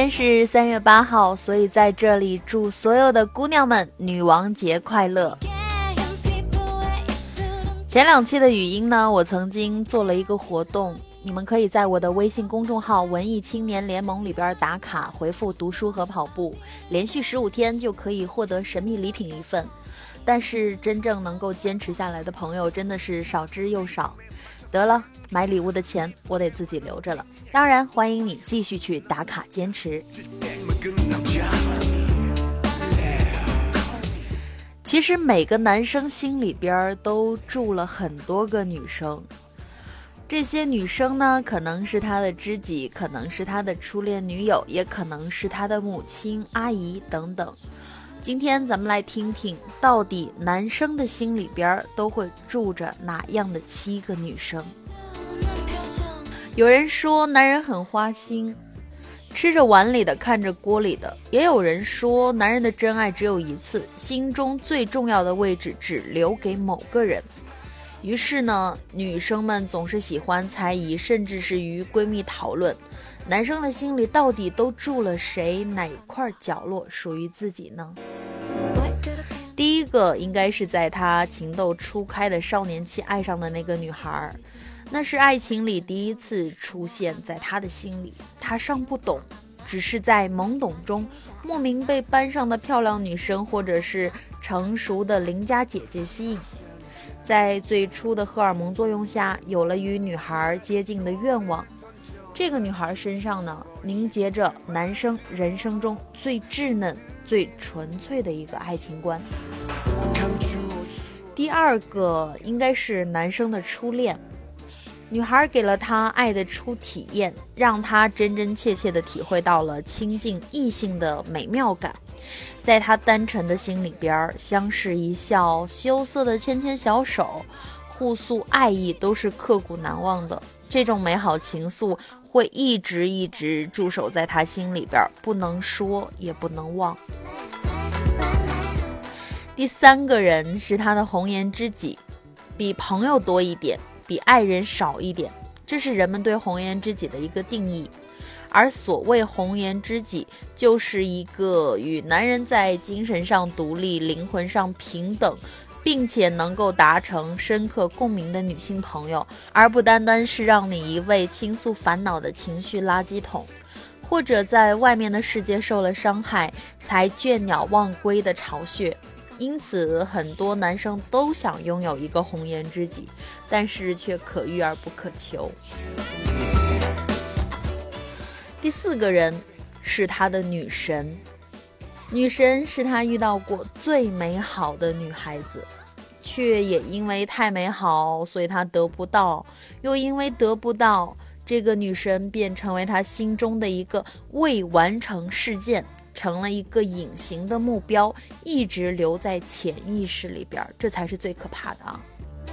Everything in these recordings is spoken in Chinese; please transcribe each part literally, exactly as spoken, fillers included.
天是三月八号，所以在这里祝所有的姑娘们女王节快乐。前两期的语音呢，我曾经做了一个活动，你们可以在我的微信公众号文艺青年联盟里边打卡，回复读书和跑步，连续十五天就可以获得神秘礼品一份。但是真正能够坚持下来的朋友真的是少之又少。得了，买礼物的钱我得自己留着了。当然欢迎你继续去打卡坚持。其实每个男生心里边都住了很多个女生，这些女生呢，可能是他的知己，可能是他的初恋女友，也可能是他的母亲、阿姨等等。今天咱们来听听，到底男生的心里边都会住着哪样的七个女生。有人说男人很花心，吃着碗里的看着锅里的，也有人说男人的真爱只有一次，心中最重要的位置只留给某个人。于是呢，女生们总是喜欢猜疑，甚至是与闺蜜讨论男生的心里到底都住了谁，哪块角落属于自己呢？第一个应该是在他情窦初开的少年期爱上的那个女孩，那是爱情里第一次出现在他的心里。他尚不懂，只是在懵懂中莫名被班上的漂亮女生或者是成熟的邻家姐姐吸引，在最初的荷尔蒙作用下，有了与女孩接近的愿望。这个女孩身上呢，凝结着男生人生中最稚嫩、最纯粹的一个爱情观。第二个应该是男生的初恋，女孩给了他爱的初体验，让他真真切切地体会到了亲近异性的美妙感。在他单纯的心里边，相视一笑，羞涩的牵牵小手，互诉爱意，都是刻骨难忘的。这种美好情愫会一直一直驻守在他心里边，不能说也不能忘。第三个人是他的红颜知己，比朋友多一点，比爱人少一点，这是人们对红颜知己的一个定义。而所谓红颜知己，就是一个与男人在精神上独立、灵魂上平等，并且能够达成深刻共鸣的女性朋友，而不单单是让你一味倾诉烦恼的情绪垃圾桶，或者在外面的世界受了伤害才倦鸟忘归的巢穴。因此很多男生都想拥有一个红颜知己，但是却可遇而不可求。第四个人是他的女神，女神是他遇到过最美好的女孩子，却也因为太美好，所以他得不到，又因为得不到，这个女神便成为他心中的一个未完成事件，成了一个隐形的目标，一直留在潜意识里边，这才是最可怕的啊。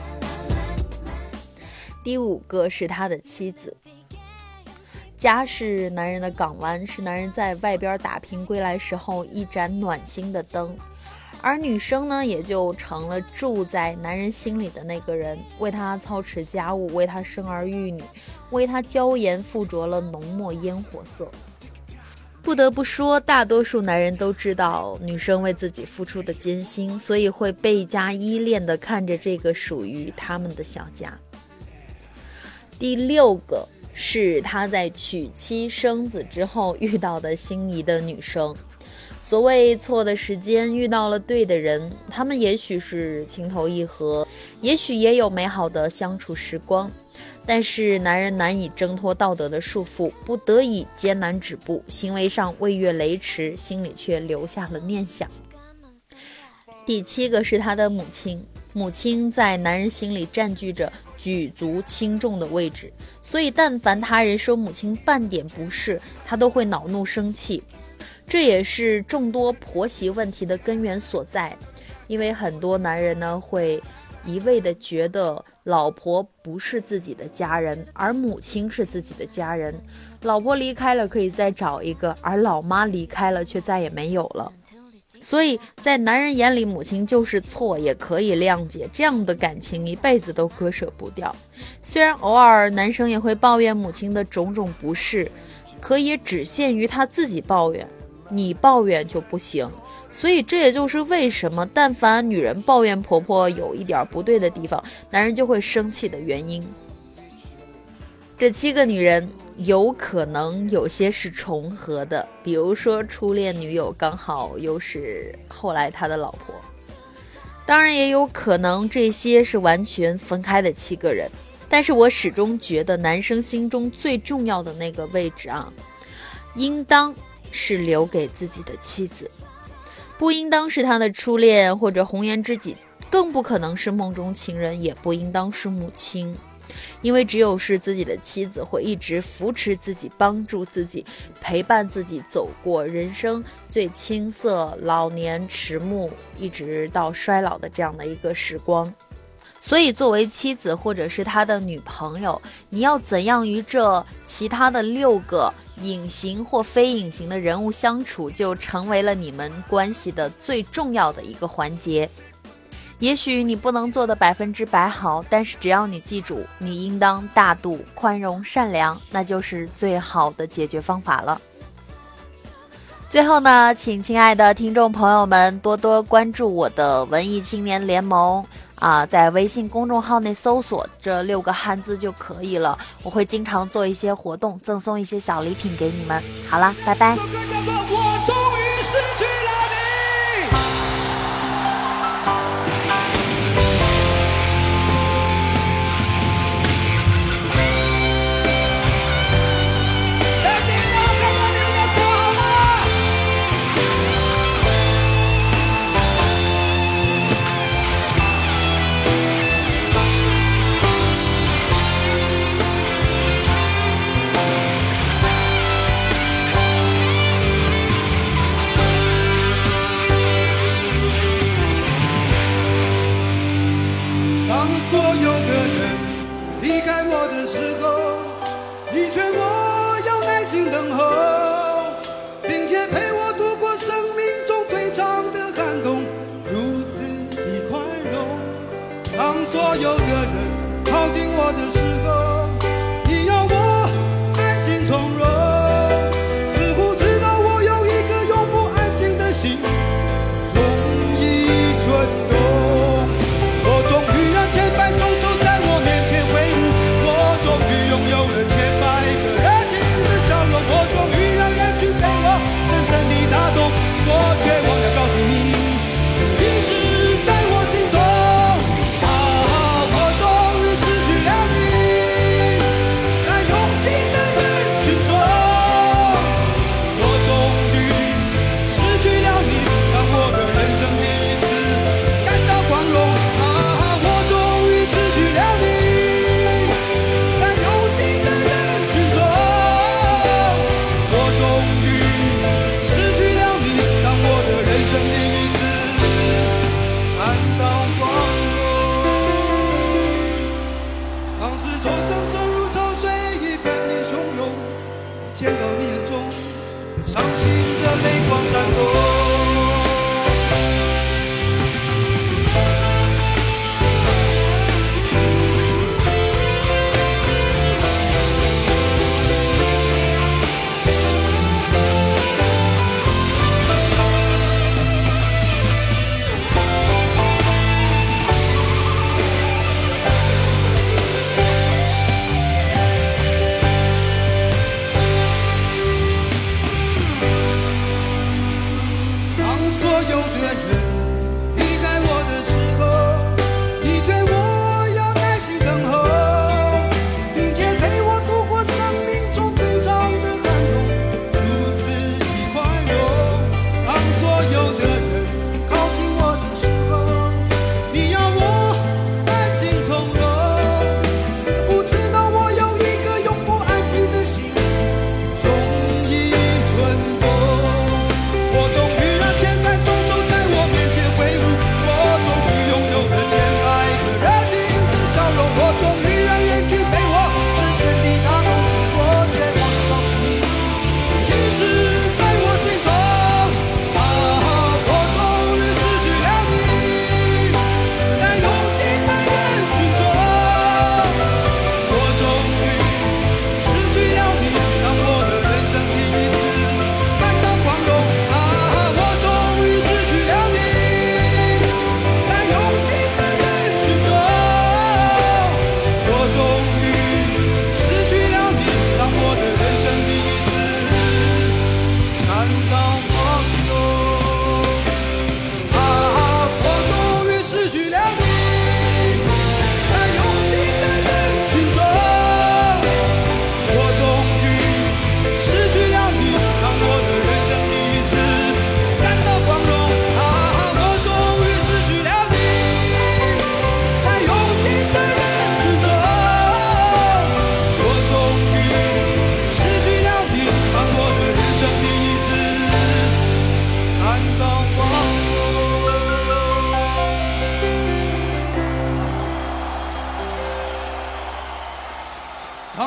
第五个是他的妻子，家是男人的港湾，是男人在外边打拼归来时候一盏暖心的灯，而女生呢，也就成了住在男人心里的那个人，为他操持家务，为他生儿育女，为他娇颜附着了浓墨烟火色。不得不说，大多数男人都知道女生为自己付出的艰辛，所以会倍加依恋地看着这个属于他们的小家。第六个是他在娶妻生子之后遇到的心仪的女生。所谓错的时间遇到了对的人，他们也许是情投意合，也许也有美好的相处时光，但是男人难以挣脱道德的束缚，不得已艰难止步，行为上未越雷池，心里却留下了念想。第七个是他的母亲，母亲在男人心里占据着举足轻重的位置，所以但凡他人说母亲半点不是，他都会恼怒生气。这也是众多婆媳问题的根源所在，因为很多男人呢会一味的觉得老婆不是自己的家人，而母亲是自己的家人，老婆离开了可以再找一个，而老妈离开了却再也没有了。所以在男人眼里，母亲就是错也可以谅解，这样的感情一辈子都割舍不掉。虽然偶尔男生也会抱怨母亲的种种不是， 可以只限于他自己抱怨，你抱怨就不行。所以这也就是为什么但凡女人抱怨婆婆有一点不对的地方，男人就会生气的原因。这七个女人有可能有些是重合的，比如说初恋女友刚好又是后来他的老婆，当然也有可能这些是完全分开的七个人。但是我始终觉得男生心中最重要的那个位置啊，应当是留给自己的妻子，不应当是他的初恋或者红颜知己，更不可能是梦中情人，也不应当是母亲。因为只有是自己的妻子会一直扶持自己，帮助自己，陪伴自己走过人生最青涩、老年迟暮一直到衰老的这样的一个时光。所以作为妻子或者是他的女朋友，你要怎样与这其他的六个隐形或非隐形的人物相处，就成为了你们关系的最重要的一个环节。也许你不能做的百分之百好，但是只要你记住，你应当大度、宽容、善良，那就是最好的解决方法了。最后呢，请亲爱的听众朋友们多多关注我的文艺青年联盟啊，在微信公众号内搜索这六个汉字就可以了。我会经常做一些活动，赠送一些小礼品给你们。好了，拜拜。 所有的人离开我的时候，你劝我要耐心等候，并且陪我度过生命中最长的寒冬，如此的宽容。当所有的人靠近我的时候，你要我安静从容，似乎知道我有一个永不安静的心，容易蠢动。我终于让千百双手在我面前挥舞，我终于拥有了千百个热情的笑容，我终于让人群被我深深地打动，我却忘了告诉你，你一直在我心中。啊，我终于失去了你。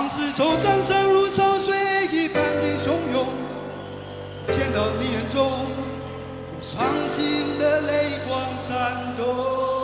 当丝绸掌声如潮水一般的汹涌，见到你眼中有伤心的泪光闪动。